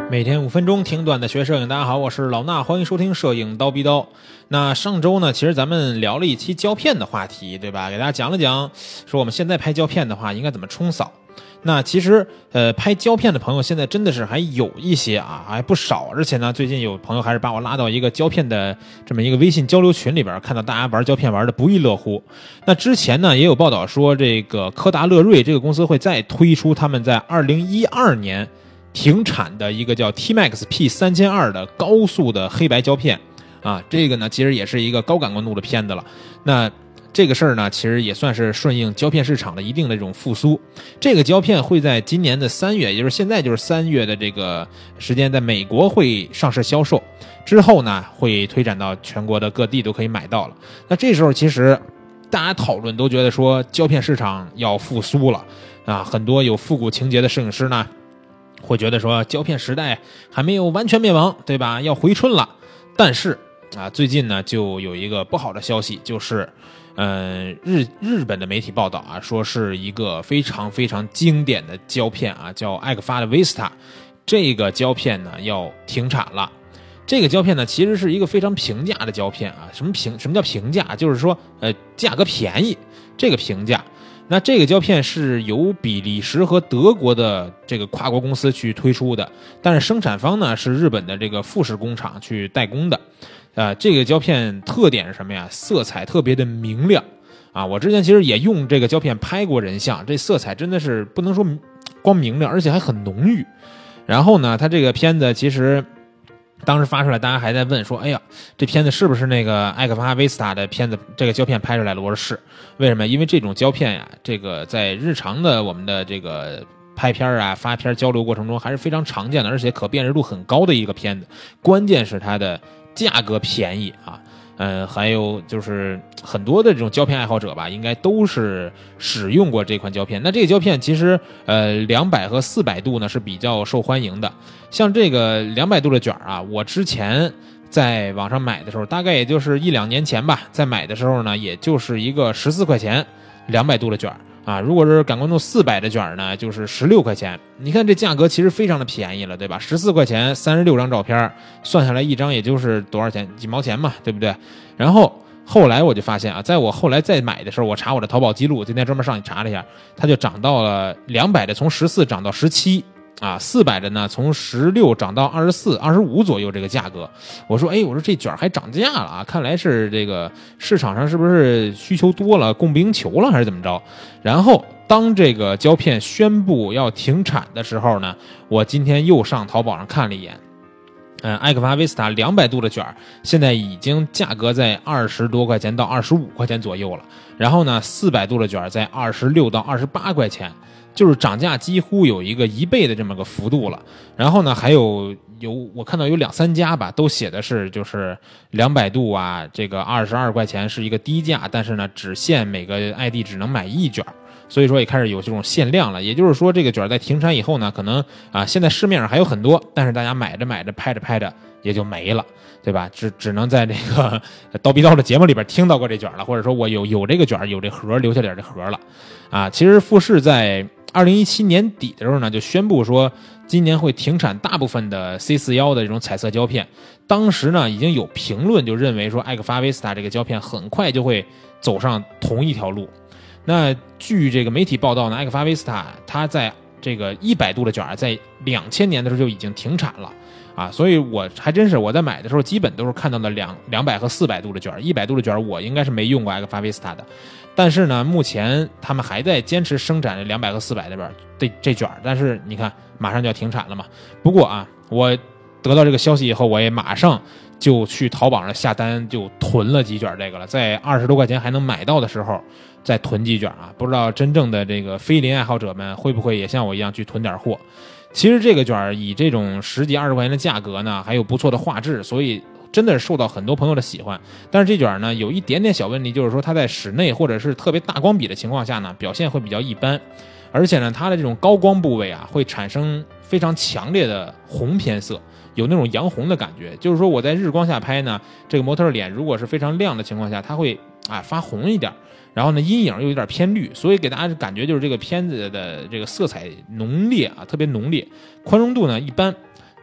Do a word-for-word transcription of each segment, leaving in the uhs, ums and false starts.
每天五分钟听段的学摄影，大家好，我是老衲，欢迎收听摄影刀逼刀。那上周呢，其实咱们聊了一期胶片的话题，对吧？给大家讲了讲，说我们现在拍胶片的话应该怎么冲扫。那其实呃，拍胶片的朋友现在真的是还有一些啊，还不少。而且呢，最近有朋友还是把我拉到一个胶片的这么一个微信交流群里边，看到大家玩胶片玩的不亦乐乎。那之前呢，也有报道说，这个柯达乐瑞这个公司会再推出他们在二零一二年停产的一个叫 T Max P 三千二百 的高速的黑白胶片啊，这个呢其实也是一个高感光度的片子了。那这个事儿呢，其实也算是顺应胶片市场的一定的这种复苏。这个胶片会在今年的三月，也就是现在就是三月的这个时间，在美国会上市销售，之后呢会推展到全国的各地都可以买到了。那这时候其实大家讨论都觉得说胶片市场要复苏了啊，很多有复古情节的摄影师呢会觉得说胶片时代还没有完全灭亡，对吧？要回春了。但是啊，最近呢就有一个不好的消息，就是嗯，日日本的媒体报道啊，说是一个非常非常经典的胶片啊，叫艾克发的 Vista， 这个胶片呢要停产了。这个胶片呢其实是一个非常平价的胶片啊，什么平什么叫平价？就是说呃价格便宜，这个平价。那这个胶片是由比利时和德国的这个跨国公司去推出的，但是生产方呢是日本的这个富士工厂去代工的。呃，这个胶片特点是什么呀？色彩特别的明亮啊！我之前其实也用这个胶片拍过人像，这色彩真的是不能说光明亮，而且还很浓郁。然后呢，它这个片子其实当时发出来，大家还在问说，哎呀，这片子是不是那个艾克发 Vista 的片子？这个胶片拍出来了？我说是。为什么？因为这种胶片呀，这个在日常的我们的这个拍片啊、发片交流过程中还是非常常见的，而且可辨识度很高的一个片子。关键是它的价格便宜啊，呃，还有就是很多的这种胶片爱好者吧，应该都是使用过这款胶片。那这个胶片其实呃两百和四百度呢是比较受欢迎的。像这个两百度的卷啊，我之前在网上买的时候，大概也就是一两年前吧，在买的时候呢，也就是一个十四块钱两百度的卷啊，如果是感光度四百的卷呢，就是十六块钱。你看这价格其实非常的便宜了，对吧？十四块钱三十六张照片，算下来一张也就是多少钱？几毛钱嘛，对不对？然后后来我就发现啊，在我后来再买的时候，我查我的淘宝记录，今天专门上去查了一下，它就涨到了两百的，从十四涨到十七。啊，四百的呢，从十六涨到二十四、二十五左右这个价格。我说，哎，我说这卷还涨价了啊！看来是这个市场上是不是需求多了，供不应求了，还是怎么着？然后当这个胶片宣布要停产的时候呢，我今天又上淘宝上看了一眼，嗯，艾克发 Vista 两百度的卷现在已经价格在二十多块钱到二十五块钱左右了。然后呢，四百度的卷在二十六到二十八块钱。就是涨价几乎有一个一倍的这么个幅度了。然后呢，还有有我看到有两三家吧，都写的是就是两百度啊，这个二十二块钱是一个低价，但是呢，只限每个 I D 只能买一卷，所以说也开始有这种限量了。也就是说，这个卷在停产以后呢，可能啊，现在市面上还有很多，但是大家买着买着、拍着拍着也就没了，对吧？只只能在这个刀逼刀的节目里边听到过这卷了，或者说我有有这个卷，有这盒，留下点这盒了啊。其实富士在二零一七年底的时候呢，就宣布说今年会停产大部分的 C 四十一 的这种彩色胶片。当时呢，已经有评论就认为说，艾克发 Vista 这个胶片很快就会走上同一条路。那据这个媒体报道呢，艾克发 Vista 它在这个一百度的卷在两千年的时候就已经停产了啊，所以我还真是我在买的时候基本都是看到的两两百和四百度的卷，一百度的卷我应该是没用过艾克发 Vista 的。但是呢，目前他们还在坚持生产两百和四百的边这这卷，但是你看马上就要停产了嘛。不过啊，我得到这个消息以后，我也马上就去淘宝上下单，就囤了几卷这个了。在二十多块钱还能买到的时候，再囤几卷啊。不知道真正的这个菲林爱好者们会不会也像我一样去囤点货？其实这个卷以这种十几二十块钱的价格呢，还有不错的画质，所以真的是受到很多朋友的喜欢。但是这卷呢有一点点小问题，就是说它在室内或者是特别大光比的情况下呢，表现会比较一般，而且呢它的这种高光部位啊会产生非常强烈的红偏色，有那种洋红的感觉。就是说我在日光下拍呢，这个模特脸如果是非常亮的情况下，它会啊发红一点，然后呢阴影又有点偏绿，所以给大家感觉就是这个片子的这个色彩浓烈啊，特别浓烈，宽容度呢一般。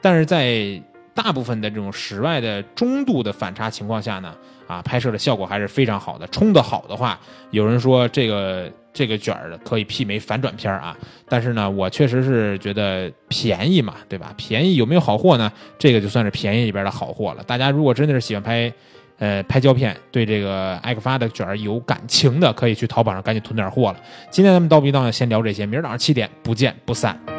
但是在大部分的这种室外的中度的反差情况下呢，啊，拍摄的效果还是非常好的。冲得好的话，有人说这个这个卷儿可以媲美反转片啊，但是呢，我确实是觉得便宜嘛，对吧？便宜有没有好货呢？这个就算是便宜里边的好货了。大家如果真的是喜欢拍，呃，拍胶片，对这个艾克发的卷儿有感情的，可以去淘宝上赶紧囤点货了。今天咱们叨逼叨呢，先聊这些，明儿早上七点不见不散。